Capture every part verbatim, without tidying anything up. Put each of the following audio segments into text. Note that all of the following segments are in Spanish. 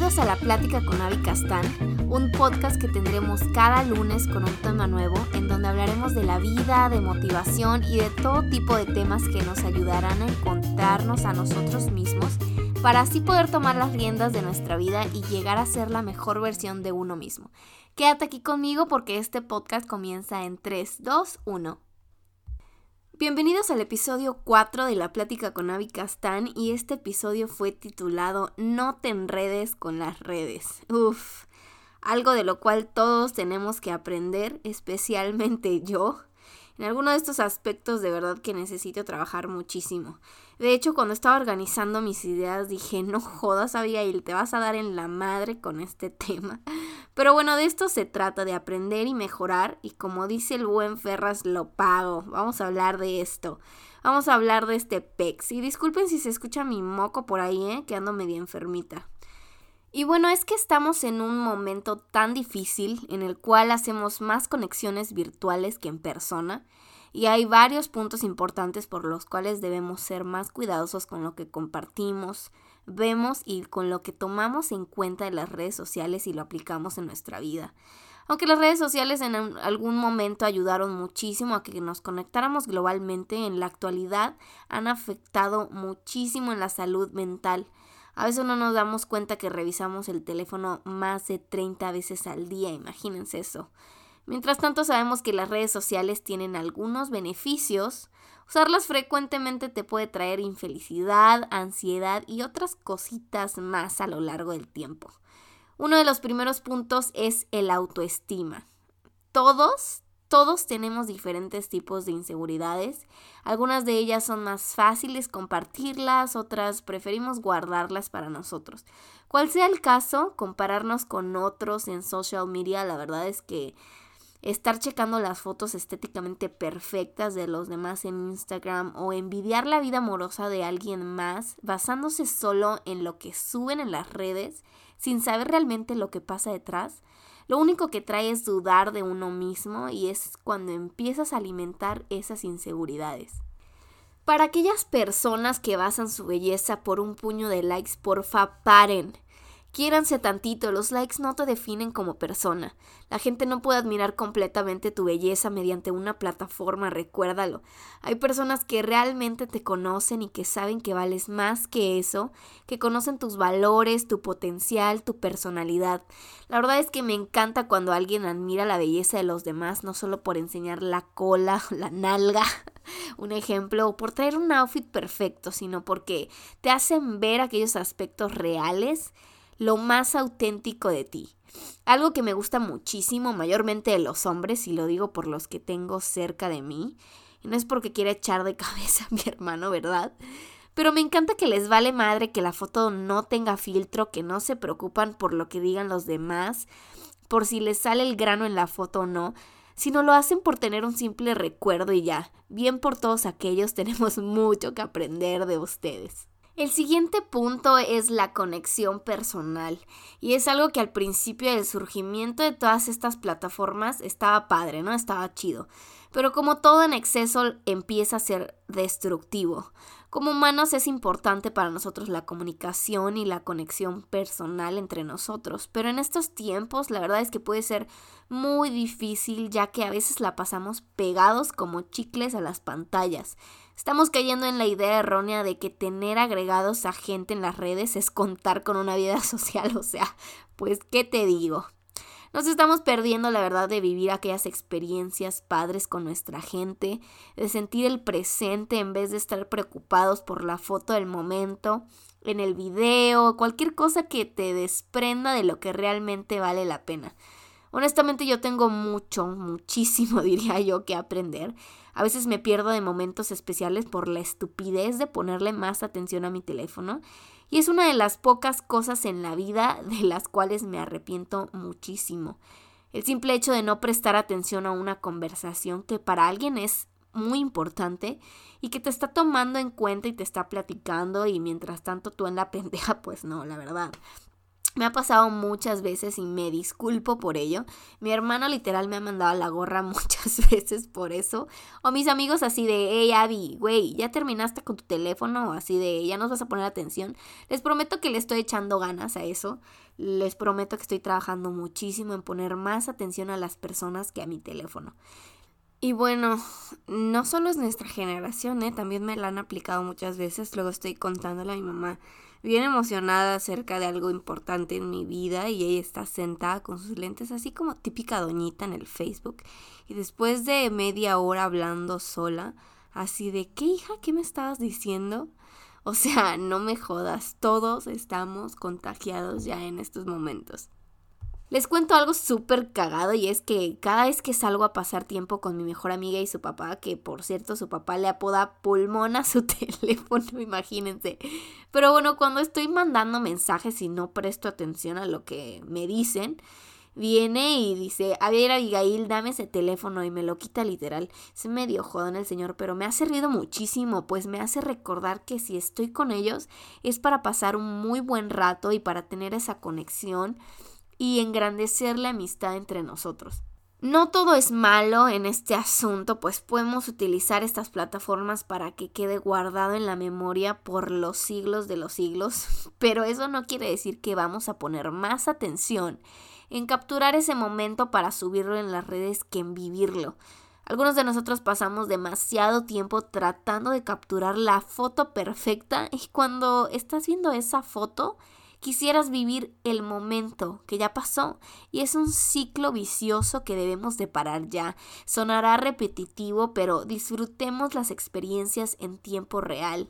Bienvenidos a La Plática con Avi Castán, un podcast que tendremos cada lunes con un tema nuevo, en donde hablaremos de la vida, de motivación y de todo tipo de temas que nos ayudarán a encontrarnos a nosotros mismos, para así poder tomar las riendas de nuestra vida y llegar a ser la mejor versión de uno mismo. Quédate aquí conmigo porque este podcast comienza en tres, dos, uno. Bienvenidos al episodio cuatro de La Plática con Avi Castán, y este episodio fue titulado No te enredes con las redes. Uf, algo de lo cual todos tenemos que aprender, especialmente yo. En alguno de estos aspectos de verdad que necesito trabajar muchísimo. De hecho, cuando estaba organizando mis ideas dije, no jodas, Abigail, te vas a dar en la madre con este tema. Pero bueno, de esto se trata, de aprender y mejorar, y como dice el buen Ferras, lo pago. Vamos a hablar de esto. Vamos a hablar de este pex. Y disculpen si se escucha mi moco por ahí, ¿eh? Que ando medio enfermita. Y bueno, es que estamos en un momento tan difícil en el cual hacemos más conexiones virtuales que en persona, y hay varios puntos importantes por los cuales debemos ser más cuidadosos con lo que compartimos, vemos y con lo que tomamos en cuenta de las redes sociales y lo aplicamos en nuestra vida. Aunque las redes sociales en algún momento ayudaron muchísimo a que nos conectáramos globalmente, en la actualidad han afectado muchísimo en la salud mental. A veces no nos damos cuenta que revisamos el teléfono más de treinta veces al día, imagínense eso. Mientras tanto, sabemos que las redes sociales tienen algunos beneficios. Usarlas frecuentemente te puede traer infelicidad, ansiedad y otras cositas más a lo largo del tiempo. Uno de los primeros puntos es el autoestima. Todos, todos tenemos diferentes tipos de inseguridades. Algunas de ellas son más fáciles compartirlas, otras preferimos guardarlas para nosotros. Cual sea el caso, compararnos con otros en social media, la verdad es que estar checando las fotos estéticamente perfectas de los demás en Instagram o envidiar la vida amorosa de alguien más basándose solo en lo que suben en las redes sin saber realmente lo que pasa detrás, lo único que trae es dudar de uno mismo, y es cuando empiezas a alimentar esas inseguridades. Para aquellas personas que basan su belleza por un puño de likes, porfa, paren. Quiéranse tantito, los likes no te definen como persona. La gente no puede admirar completamente tu belleza mediante una plataforma, recuérdalo. Hay personas que realmente te conocen y que saben que vales más que eso, que conocen tus valores, tu potencial, tu personalidad. La verdad es que me encanta cuando alguien admira la belleza de los demás, no solo por enseñar la cola, la nalga, un ejemplo, o por traer un outfit perfecto, sino porque te hacen ver aquellos aspectos reales, lo más auténtico de ti. Algo que me gusta muchísimo, mayormente de los hombres, y lo digo por los que tengo cerca de mí, y no es porque quiera echar de cabeza a mi hermano, ¿verdad? Pero me encanta que les vale madre que la foto no tenga filtro, que no se preocupan por lo que digan los demás, por si les sale el grano en la foto o no, sino lo hacen por tener un simple recuerdo y ya. Bien por todos aquellos, tenemos mucho que aprender de ustedes. El siguiente punto es la conexión personal, y es algo que al principio del surgimiento de todas estas plataformas estaba padre, ¿no? Estaba chido, pero como todo en exceso empieza a ser destructivo. Como humanos es importante para nosotros la comunicación y la conexión personal entre nosotros, pero en estos tiempos la verdad es que puede ser muy difícil, ya que a veces la pasamos pegados como chicles a las pantallas. Estamos cayendo en la idea errónea de que tener agregados a gente en las redes es contar con una vida social, o sea, pues, ¿qué te digo? Nos estamos perdiendo, la verdad, de vivir aquellas experiencias padres con nuestra gente, de sentir el presente en vez de estar preocupados por la foto del momento, en el video, cualquier cosa que te desprenda de lo que realmente vale la pena. Honestamente, yo tengo mucho, muchísimo, diría yo, que aprender. A veces me pierdo de momentos especiales por la estupidez de ponerle más atención a mi teléfono, y es una de las pocas cosas en la vida de las cuales me arrepiento muchísimo. El simple hecho de no prestar atención a una conversación que para alguien es muy importante y que te está tomando en cuenta y te está platicando, y mientras tanto tú en la pendeja, pues no, la verdad. Me ha pasado muchas veces y me disculpo por ello. Mi hermano literal me ha mandado a la gorra muchas veces por eso. O mis amigos así de, hey Abby, güey, ¿ya terminaste con tu teléfono? O así de, ¿ya nos vas a poner atención? Les prometo que le estoy echando ganas a eso. Les prometo que estoy trabajando muchísimo en poner más atención a las personas que a mi teléfono. Y bueno, no solo es nuestra generación, ¿eh? También me la han aplicado muchas veces. Luego estoy contándole a mi mamá bien emocionada acerca de algo importante en mi vida y ella está sentada con sus lentes así como típica doñita en el Facebook. Y después de media hora hablando sola, así de, ¿qué hija? ¿Qué me estabas diciendo? O sea, no me jodas, todos estamos contagiados ya en estos momentos. Les cuento algo súper cagado y es que cada vez que salgo a pasar tiempo con mi mejor amiga y su papá, que por cierto su papá le apoda pulmón a su teléfono, imagínense. Pero bueno, cuando estoy mandando mensajes y no presto atención a lo que me dicen, viene y dice, a ver Abigail, dame ese teléfono y me lo quita literal. Es medio jodón el señor, pero me ha servido muchísimo, pues me hace recordar que si estoy con ellos es para pasar un muy buen rato y para tener esa conexión y engrandecer la amistad entre nosotros. No todo es malo en este asunto, pues podemos utilizar estas plataformas para que quede guardado en la memoria por los siglos de los siglos, pero eso no quiere decir que vamos a poner más atención en capturar ese momento para subirlo en las redes que en vivirlo. Algunos de nosotros pasamos demasiado tiempo tratando de capturar la foto perfecta y cuando estás viendo esa foto quisieras vivir el momento que ya pasó y es un ciclo vicioso que debemos de parar ya. Sonará repetitivo, pero disfrutemos las experiencias en tiempo real.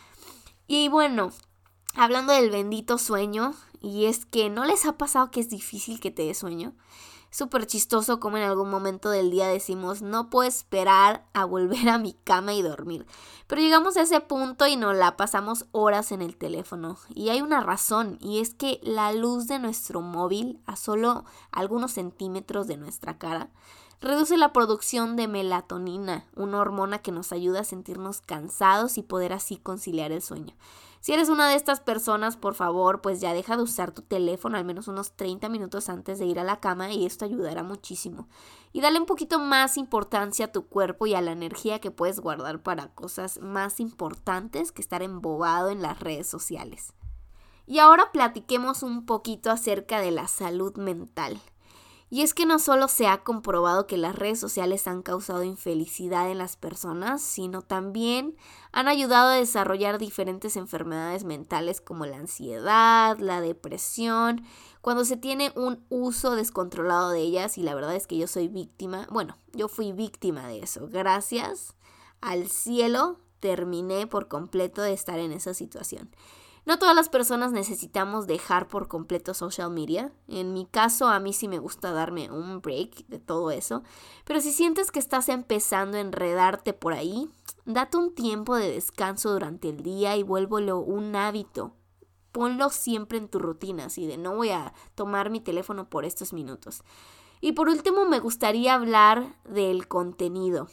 Y bueno, hablando del bendito sueño, y es que ¿no les ha pasado que es difícil que te dé sueño? Súper chistoso como en algún momento del día decimos, no puedo esperar a volver a mi cama y dormir. Pero llegamos a ese punto y nos la pasamos horas en el teléfono. Y hay una razón, y es que la luz de nuestro móvil, a solo algunos centímetros de nuestra cara, reduce la producción de melatonina, una hormona que nos ayuda a sentirnos cansados y poder así conciliar el sueño. Si eres una de estas personas, por favor, pues ya deja de usar tu teléfono al menos unos treinta minutos antes de ir a la cama y esto ayudará muchísimo. Y dale un poquito más importancia a tu cuerpo y a la energía que puedes guardar para cosas más importantes que estar embobado en las redes sociales. Y ahora platiquemos un poquito acerca de la salud mental. Y es que no solo se ha comprobado que las redes sociales han causado infelicidad en las personas, sino también han ayudado a desarrollar diferentes enfermedades mentales como la ansiedad, la depresión, cuando se tiene un uso descontrolado de ellas, y la verdad es que yo soy víctima, bueno, yo fui víctima de eso. Gracias al cielo terminé por completo de estar en esa situación. No todas las personas necesitamos dejar por completo social media. En mi caso, a mí sí me gusta darme un break de todo eso. Pero si sientes que estás empezando a enredarte por ahí, date un tiempo de descanso durante el día y vuélvelo un hábito. Ponlo siempre en tu rutina, así de no voy a tomar mi teléfono por estos minutos. Y por último, me gustaría hablar del contenido.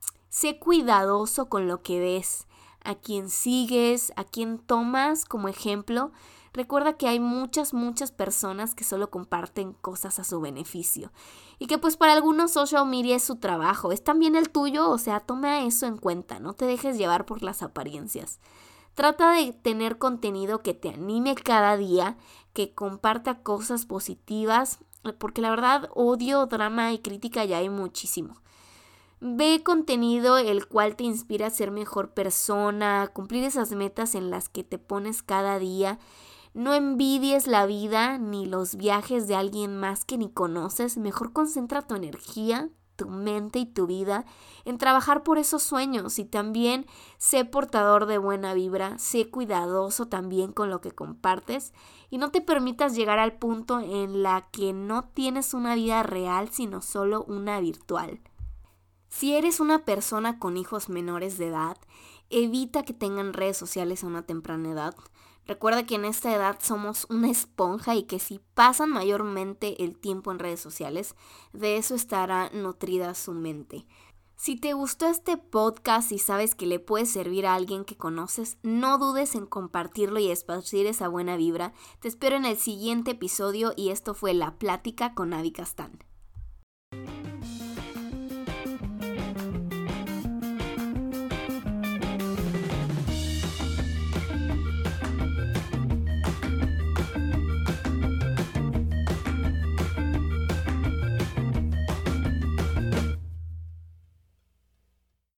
Sé cuidadoso con lo que ves. A quien sigues, a quien tomas como ejemplo. Recuerda que hay muchas, muchas personas que solo comparten cosas a su beneficio. Y que pues para algunos social media es su trabajo, es también el tuyo, o sea, toma eso en cuenta, no te dejes llevar por las apariencias. Trata de tener contenido que te anime cada día, que comparta cosas positivas, porque la verdad odio, drama y crítica ya hay muchísimo. Ve contenido el cual te inspira a ser mejor persona, a cumplir esas metas en las que te pones cada día. No envidies la vida ni los viajes de alguien más que ni conoces. Mejor concentra tu energía, tu mente y tu vida en trabajar por esos sueños. Y también sé portador de buena vibra, sé cuidadoso también con lo que compartes. Y no te permitas llegar al punto en la que no tienes una vida real, sino solo una virtual. Si eres una persona con hijos menores de edad, evita que tengan redes sociales a una temprana edad. Recuerda que en esta edad somos una esponja y que si pasan mayormente el tiempo en redes sociales, de eso estará nutrida su mente. Si te gustó este podcast y sabes que le puede servir a alguien que conoces, no dudes en compartirlo y esparcir esa buena vibra. Te espero en el siguiente episodio y esto fue La Plática con Abby Castán.